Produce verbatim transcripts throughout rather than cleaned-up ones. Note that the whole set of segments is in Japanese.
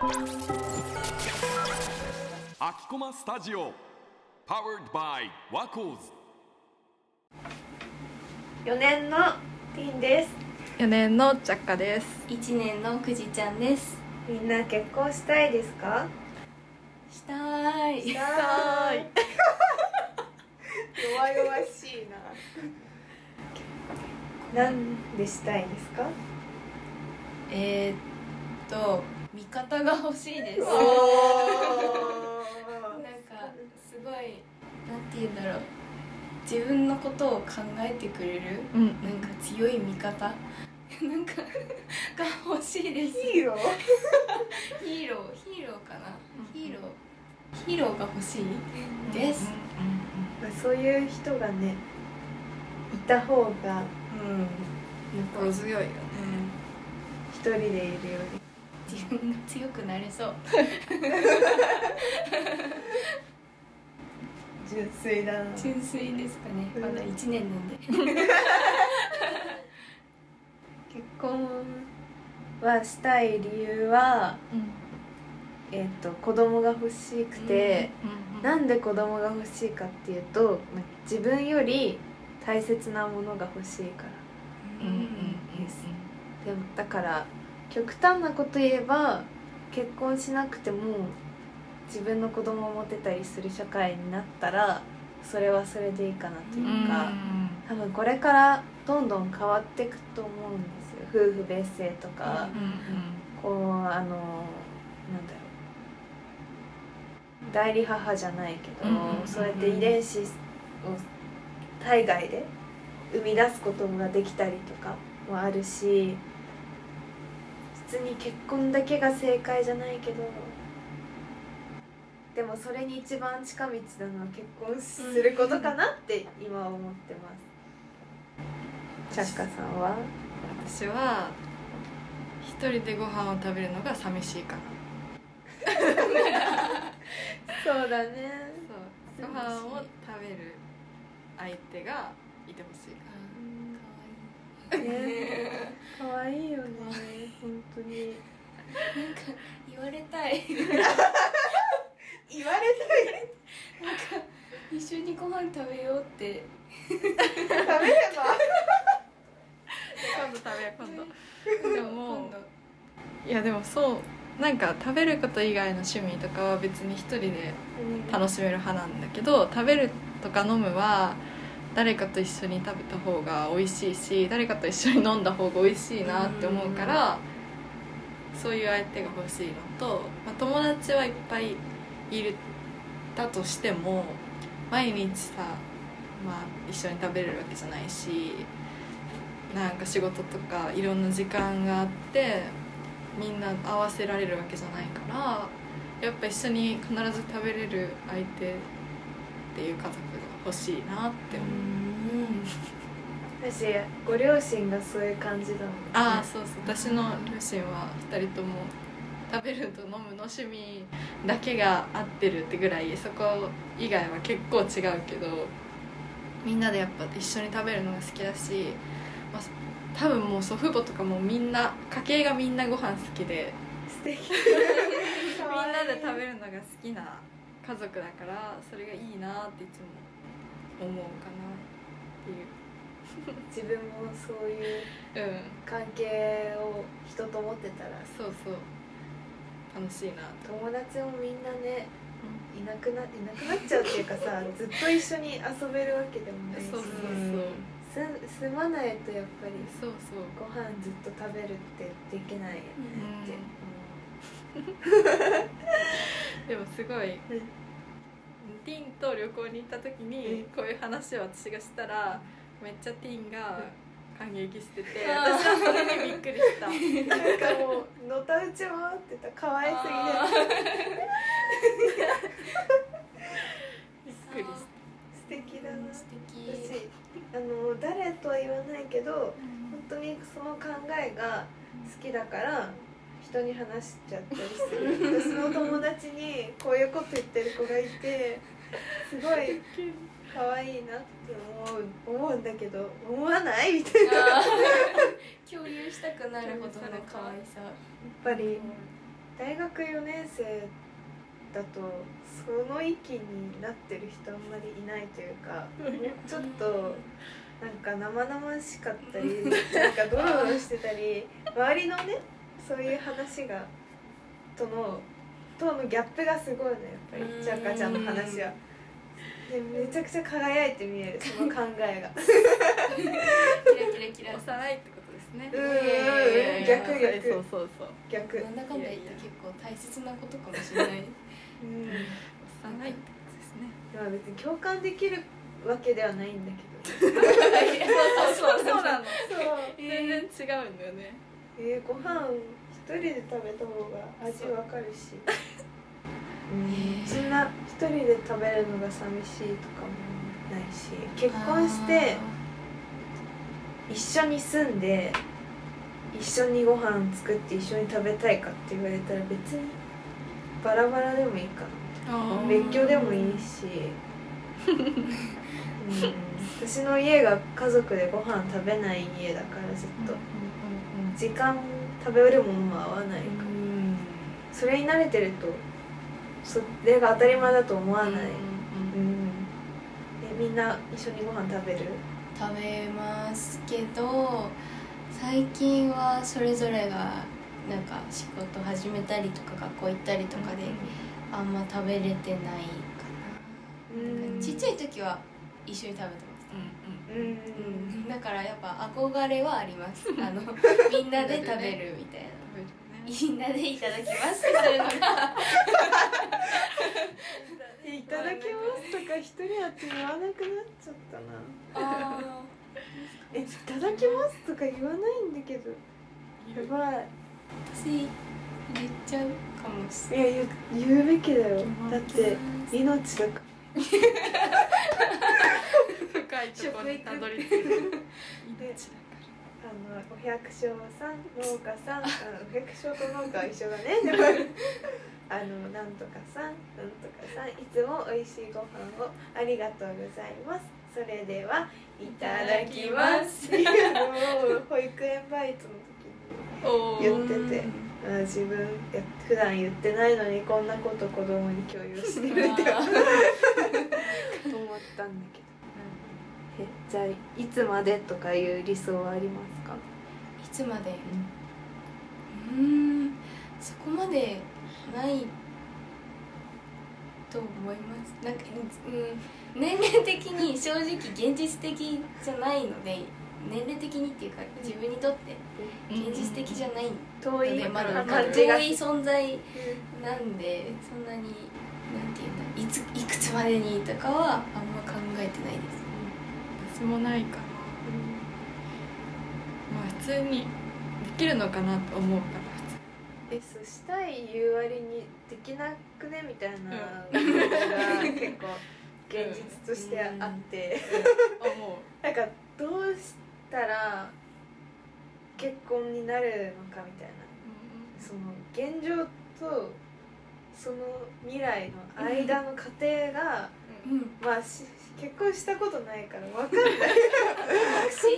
アキコマスタジオ Powered by ワコーズ。 よねんのティンです。 よねんのジャッカです。 いちねんのくじちゃんです。 みんな結婚したいですか？ したーい。 したーい弱々しいな。なんでしたいですか？ えー、っと味方が欲しいです。なんかすごいなんて言うんだろう、自分のことを考えてくれる、うん、なんか強い味方なんかが欲しいです。 ヒーローヒーローヒーローかな、うん、ヒーローヒーローが欲しいです、 うんうんうん、そういう人がねいた方が、うん、 心強いよね、 うん、一人でいるより自分が強くなれそう純粋だな。 純粋ですかね、まだいちねんなんで結婚はしたい理由は、うん、えーと、子供が欲しくて、うんうんうん、なんで子供が欲しいかっていうと、自分より大切なものが欲しいから、うんうんうん、です。でもだから極端なこと言えば、結婚しなくても自分の子供を持てたりする社会になったらそれはそれでいいかなというか、多分これからどんどん変わっていくと思うんですよ。夫婦別姓とか、うんうんうん、こうあのなんだろう、代理母じゃないけど、うんうんうんうん、そうやって遺伝子を体外で生み出すことができたりとかもあるし、別に結婚だけが正解じゃないけど、でもそれに一番近道なのは結婚することかなって今は思ってます。チャッカさんは？ 私は一人でご飯を食べるのが寂しいかなそうだね。 そう、ご飯を食べる相手がいてほしいかな。かわいいね。かわいいよね、本当に。 なんか言われたい言われたいなんか一緒にご飯食べようって食べれば今度食べよう、今度でももういやでもそうなんか食べること以外の趣味とかは別に一人で楽しめる派なんだけど、うん、食べるとか飲むは誰かと一緒に食べた方が美味しいし、誰かと一緒に飲んだ方が美味しいなって思うから、うん、そういう相手が欲しいのと、まあ、友達はいっぱいいるだとしても毎日さ、まあ、一緒に食べれるわけじゃないし、なんか仕事とかいろんな時間があってみんな合わせられるわけじゃないから、やっぱ一緒に必ず食べれる相手っていう家族が欲しいなって思う。 私ご両親がそういう感じだもんね。 ああそうそう、私の両親はふたりとも食べると飲むの趣味だけが合ってるってぐらい、そこ以外は結構違うけどみんなでやっぱ一緒に食べるのが好きだし、まあ、多分もう祖父母とかもみんな家系がみんなご飯好きで素敵みんなで食べるのが好きな家族だから、それがいいなっていつも思うかなっていう自分もそういう関係を人と持ってたら、 うん、そうそう楽しいな。 友達もみんなね、いなくな、いなくなっちゃうっていうかさずっと一緒に遊べるわけでもないし、 そうそうそう、 住まないとやっぱりそうそうご飯ずっと食べるってできないよねって、 うん、でもすごい、うん、ティンと旅行に行った時にこういう話を私がしたらめっちゃティンが感激してて、私はそれにびっくりしたなんかもうのたうち回ってた、可愛すぎてびっくりした。 素敵だな、 素敵。 私あの誰とは言わないけど、うん、本当にその考えが好きだから人に話しちゃったりする。私の友達にこういうこと言ってる子がいてすごい可愛いなって思う思うんだけど、思わないみたいな共有したくなるほどの可愛さ。 やっぱり大学よねん生だとその域になってる人あんまりいないというか、ちょっとなんか生々しかったりなんかドロドロしてたり周りのねそういう話がとのとのギャップがすごいね、やっぱりちゃかちゃんの話は。でめちゃくちゃ輝いて見えるその考えがキラキラキラ幼いってことですね。 うんうんうん逆逆そうそうそう逆なんだかんだ言って結構大切なことかもしれない。 うん幼いってことですね。 まあ別に共感できるわけではないんだけどそうそうそうそうなの。 そう全然違うんだよね。 えー、ご飯一人で食べた方が味わかるし、うん、そんな一人で食べるのが寂しいとかもないし、結婚して一緒に住んで一緒にご飯作って一緒に食べたいかって言われたら別にバラバラでもいいかな、別居でもいいし、うん、私の家が家族でご飯食べない家だからずっと時間食べるものも合わないから、それに慣れてるとそれが当たり前だと思わない、うんうん、でみんな一緒にご飯食べる？ 食べますけど最近はそれぞれがなんか仕事始めたりとか学校行ったりとかであんま食べれてないかな、うん、ちっちゃい時は一緒に食べてます、うんうんうん、だからやっぱ憧れはありますあのみんなで食べるみたいなみんなでいただきますってするのがいただきますとか一人やって言わなくなっちゃったなあえいただきますとか言わないんだけどやばい私言っちゃうかもしれない。いや 言, 言うべきだよ、だって命だから深いところにたどり着く命だからあのお百姓さん農家さんあのお百姓と農家は一緒だねあのなんとかさんなんとかさんいつも美味しいご飯をありがとうございます、それではいただきますっていうのを保育園バイトの時に言ってて、あ自分や普段言ってないのにこんなこと子供に共有してるって思ったんだけどえじゃあいつまでとかいう理想はありますか？ いつまでうーんそこまでないと思います。なんか、うん、年齢的に正直現実的じゃないので年齢的にっていうか自分にとって現実的じゃないので、うん、まだ遠い存在なんでそんなになんていうんだいついくつまでにとかはあんま考えてないです。 私もないかな、うん、まあ普通にできるのかなと思うからえそうしたい言う割にできなくねみたいなのが結構現実としてあって、 うんうん、思うなんかどうしたら結婚になるのかみたいな、うん、その現状とその未来の間の過程が、うん、まあし結婚したことないから分かんないそう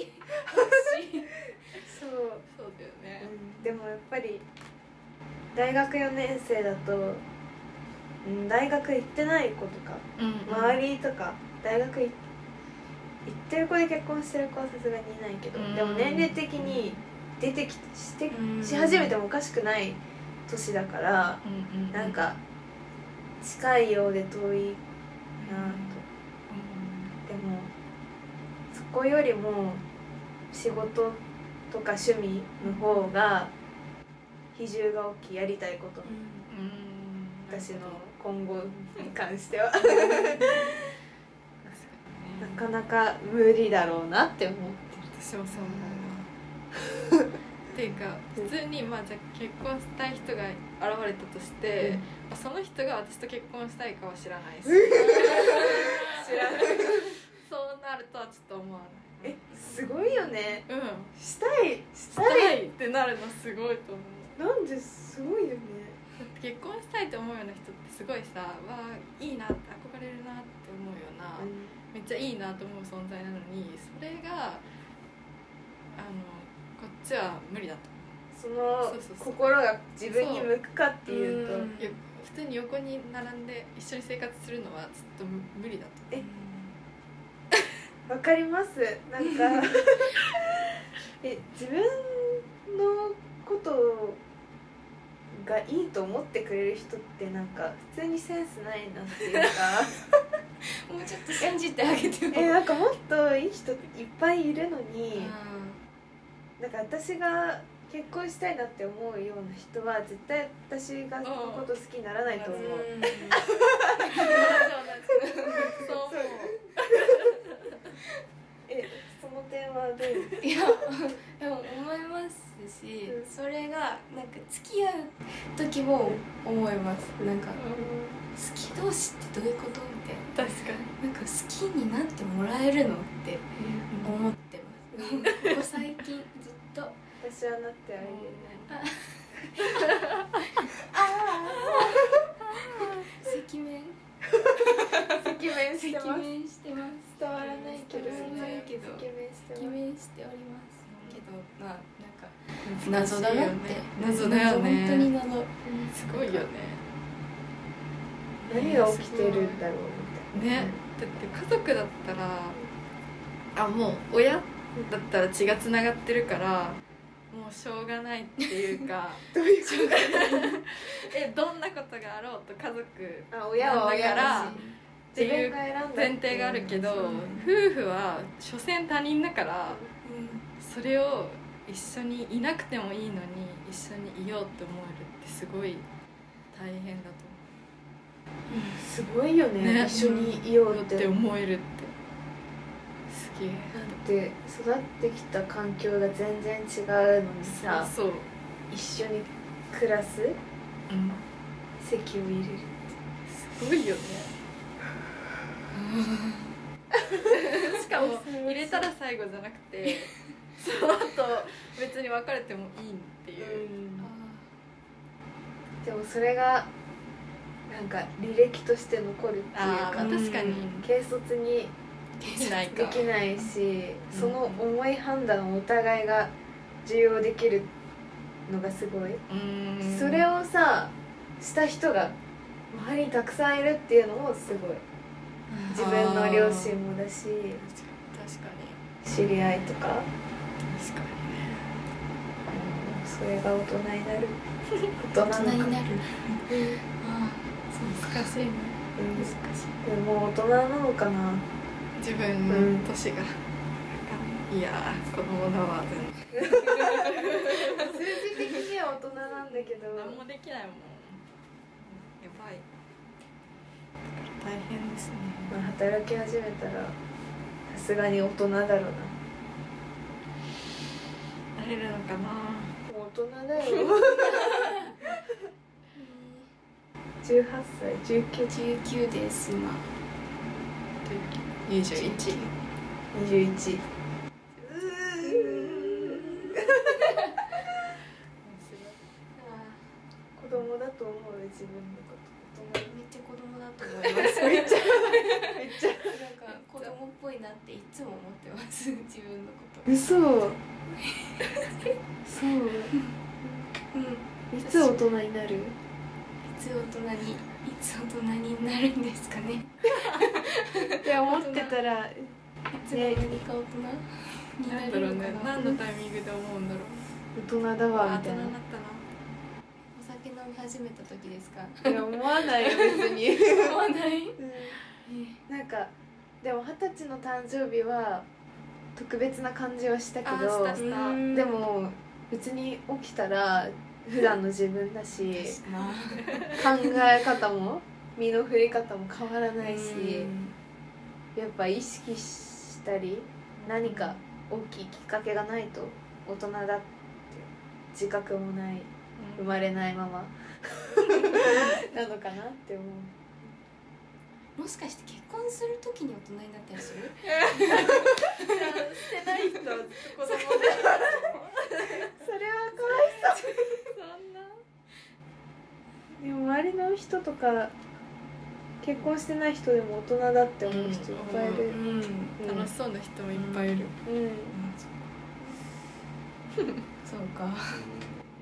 そうそうだよね、 うん、でもやっぱり大学よねん生だと、うん、大学行ってない子とか、うんうん、周りとか大学行ってる子で結婚してる子はさすがにいないけど、うん、でも年齢的に出てきしてし始めてもおかしくない年だから、うんうん、なんか近いようで遠いなと、うんうん、でもそこよりも仕事とか趣味の方が比重が大きいやりたいこと、うん、私の今後に関してはなかなか無理だろうなって思ってる。 私もそう思うっていうか普通に、まあ、じゃあ結婚したい人が現れたとして、うんまあ、その人が私と結婚したいかは知らないし知らないそうなるとはちょっと思わない。 えすごいよね、うん、したいしたいってなるのすごいと思う。 なんですごいよね。 だって結婚したいと思うような人ってすごいさわーいいなって憧れるなって思うような、うん、めっちゃいいなと思う存在なのにそれがあのこっちは無理だと思う。 その心が自分に向くかっていうと、 いや普通に横に並んで一緒に生活するのはずっと無理だと。 えわかります。なんかえ自分のことがいいと思ってくれる人ってなんか普通にセンスないなっていうかもうちょっと信じてあげてもえなんかもっといい人いっぱいいるのに、なんか私が結婚したいなって思うような人は絶対私がのこと好きにならないと思う。 そうえその点はどう？ いやでも思いますし、うん、それがなんか付き合う時も思います。なんか、うん、好き同士ってどういうことみたいな。 確かになんか好きになってもらえるのって思ってます、うん、ここ最近ずっと私はなってあげる。 赤面赤面してます。 赤面してます。 伝わらないけど、 伝わらないけど赤面してます。 赤面しておりますけど、まあなんか謎だなって。 謎だよね。 本当に謎。 すごいよね。 何が起きてるんだろうみたいな。 ね。だって家族だったら、あもう親だったら血がつながってるから。もうしょうがないっていうかどういうことえどんなことがあろうと家族あ親は親だしっていう前提があるけど、夫婦は所詮他人だから、うん、それを一緒にいなくてもいいのに一緒にいようって思えるってすごい大変だと思う、 うん、すごいよ ね, ね一緒にいようって、 って思えるってすげえ。 だって育ってきた環境が全然違うのにさ、 そうそう一緒に暮らす、うん、籍を入れるってすごいよねしかも入れたら最後じゃなくてその後別に別れてもいいっていう、うん、 でもそれがなんか履歴として残るっていうか、 確かに軽率にできないし、うん、その重い判断をお互いが受容できるのがすごい、うん、それをさした人が周りにたくさんいるっていうのもすごい、自分の両親もだし、確かに知り合いとか、確かにね、うん、それが大人になる大人なのか大人になる、うん、 ああ難しいね、 うん、難しい。でももう大人なのかな自分の年が、うん、いやー子供だわ全然数字的には大人なんだけど何もできないもん。やばい。大変ですね。 まあ、働き始めたらさすがに大人だろうな。なれるのかな。 もう大人だよじゅうはっさいじゅうきゅうじゅうきゅうです今。 にじゅういち にじゅういち子供だと思う自分のこと。 めっちゃ子供だと思いますめっちゃめっちゃなんか子供っぽいなっていつも思ってます自分のこと。 嘘そう、うん、いつ大人になる？いつ大人にいつ大人になるんですかねって思ってたらいつの間にか大人になるのかな。 何のタイミングで思うんだろう。 大人だわみたいな。 大人になったな。 お酒飲み始めた時ですか？ いや思わないよ別に思わない、うん、 なんかでも二十歳の誕生日は特別な感じはしたけど、 したしたでも別に起きたら普段の自分だし考え方も身の振り方も変わらないし、やっぱ意識したり何か大きいきっかけがないと大人だって自覚もない、生まれないままなのかなって思う。 もしかして結婚するときに大人になったりする？ してない人はずっと子供でそれはかわいそうそんな。 でも周りの人とか結婚してない人でも大人だって思う人いっぱいいる、うんうんうん、楽しそうな人もいっぱいいる、 うん、うん、 そうか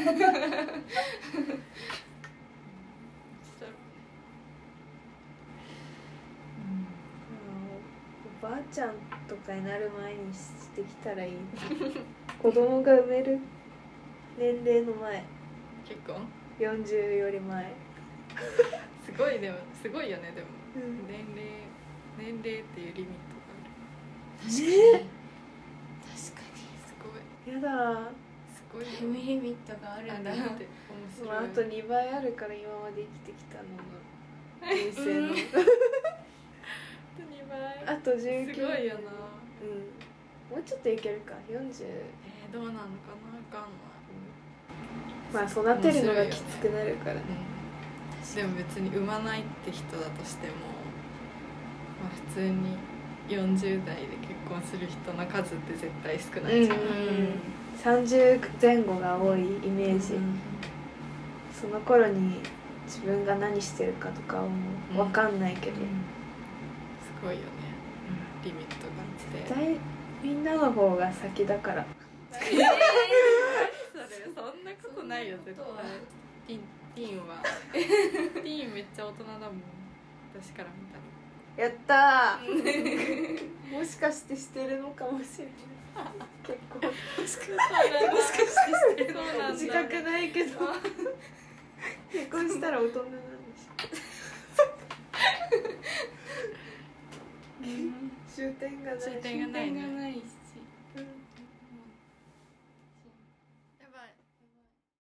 おばあちゃんとかになる前にしてきたらいい子供が産める年齢の前、 結婚よんじゅうより前すごい、でもすごいよね。でも、 うん、 年齢年齢っていうリミットがある。 確かに、ね、確かにすごい。 やだ、 すごいタイムリミットがあるんだ。 って面白い。 まあ、あとにばいあるから今まで生きてきたのが人生のにばいあとじゅうきゅうすごいよな。 うん、もうちょっといけるか、よんじゅう、 えー、どうなのかな、わかんない。 まあ育てるのがきつくなるからね。 でも別に産まないって人だとしても、まあ、普通によんじゅう代で結婚する人の数って絶対少ないじゃん、うんうん、 さんじゅうぜん後が多いイメージ、うん、その頃に自分が何してるかとかはもう分かんないけど、うんうん、 すごいよね、うん、リミットがあって絶対みんなの方が先だからえー、それそんなことないよ絶対。ティンティーンはティーンめっちゃ大人だもん、私から見たら。 やったーもしかしてしてるのかもしれない結構もしかしてしてるのか自覚ないけど結婚したら大人なんでしょ終点がない終点がないね。